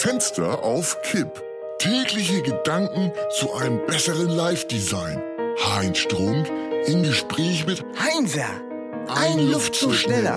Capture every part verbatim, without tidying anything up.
Fenster auf Kipp. Tägliche Gedanken zu einem besseren Live-Design. Heinz Strunk im Gespräch mit Heinzer, ein, ein Luftzug schneller.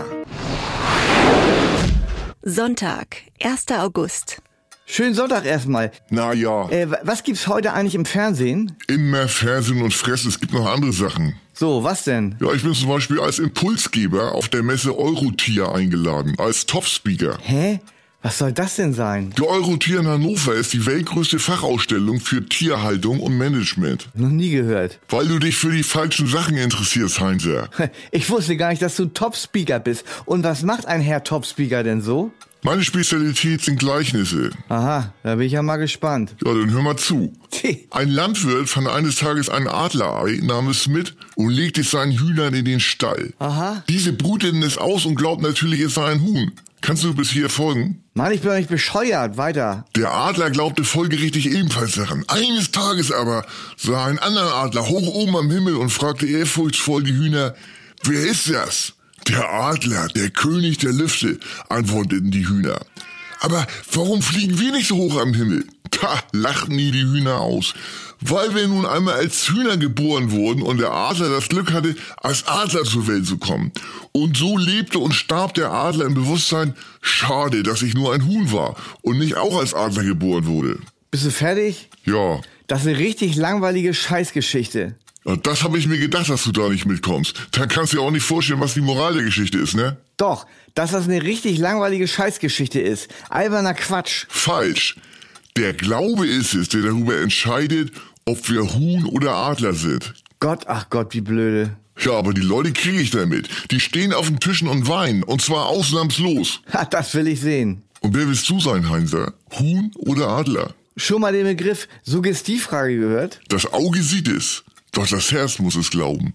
Sonntag, erster August. Schönen Sonntag erstmal. Na ja. Äh, was gibt's heute eigentlich im Fernsehen? Immer Fernsehen und Fressen, es gibt noch andere Sachen. So, was denn? Ja, ich bin zum Beispiel als Impulsgeber auf der Messe Eurotier eingeladen, als Top-Speaker. Hä? Was soll das denn sein? Die Eurotier in Hannover ist die weltgrößte Fachausstellung für Tierhaltung und Management. Noch nie gehört. Weil du dich für die falschen Sachen interessierst, Heinzer. Ich wusste gar nicht, dass du ein Top-Speaker bist. Und was macht ein Herr Top-Speaker denn so? Meine Spezialität sind Gleichnisse. Aha, da bin ich ja mal gespannt. Ja, dann hör mal zu. Ein Landwirt fand eines Tages ein Adlerei, nahm es mit und legte es seinen Hühnern in den Stall. Aha. Diese brüteten es aus und glaubten natürlich, es sei ein Huhn. Kannst du bis hier folgen? Mann, ich bin doch nicht bescheuert. Weiter. Der Adler glaubte folgerichtig ebenfalls daran. Eines Tages aber sah ein anderer Adler hoch oben am Himmel und fragte ehrfurchtsvoll die Hühner, wer ist das? Der Adler, der König der Lüfte, antworteten die Hühner. Aber warum fliegen wir nicht so hoch am Himmel? Da lachten die die Hühner aus. Weil wir nun einmal als Hühner geboren wurden und der Adler das Glück hatte, als Adler zur Welt zu kommen. Und so lebte und starb der Adler im Bewusstsein, schade, dass ich nur ein Huhn war und nicht auch als Adler geboren wurde. Bist du fertig? Ja. Das ist eine richtig langweilige Scheißgeschichte. Ja, das habe ich mir gedacht, dass du da nicht mitkommst. Dann kannst du dir auch nicht vorstellen, was die Moral der Geschichte ist, ne? Doch, dass das eine richtig langweilige Scheißgeschichte ist. Alberner Quatsch. Falsch. Der Glaube ist es, der darüber entscheidet, ob wir Huhn oder Adler sind. Gott, ach Gott, wie blöde. Ja, aber die Leute kriege ich damit. Die stehen auf den Tischen und weinen. Und zwar ausnahmslos. Ha, das will ich sehen. Und wer willst du sein, Heinzer? Huhn oder Adler? Schon mal den Begriff Suggestivfrage gehört? Das Auge sieht es. Doch das Herz muss es glauben.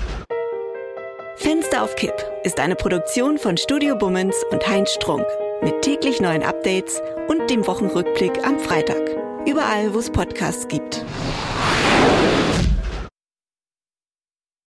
Fenster auf Kipp ist eine Produktion von Studio Bummens und Heinz Strunk. Mit täglich neuen Updates und dem Wochenrückblick am Freitag. Überall, wo es Podcasts gibt.